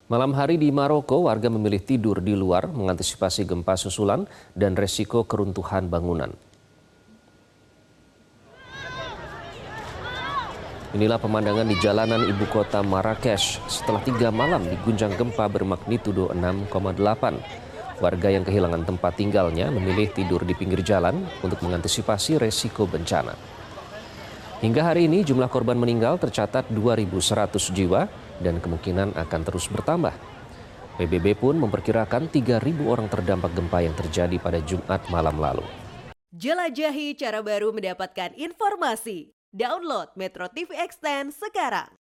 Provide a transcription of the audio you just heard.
Malam hari di Maroko, warga memilih tidur di luar mengantisipasi gempa susulan dan resiko keruntuhan bangunan. Inilah pemandangan di jalanan ibu kota Marrakesh setelah 3 malam diguncang gempa bermagnitudo 6,8. Warga yang kehilangan tempat tinggalnya memilih tidur di pinggir jalan untuk mengantisipasi resiko bencana. Hingga hari ini jumlah korban meninggal tercatat 2.100 jiwa dan kemungkinan akan terus bertambah. PBB pun memperkirakan 3.000 orang terdampak gempa yang terjadi pada Jumat malam lalu. Jelajahi cara baru mendapatkan informasi. Download Metro TV Extend sekarang.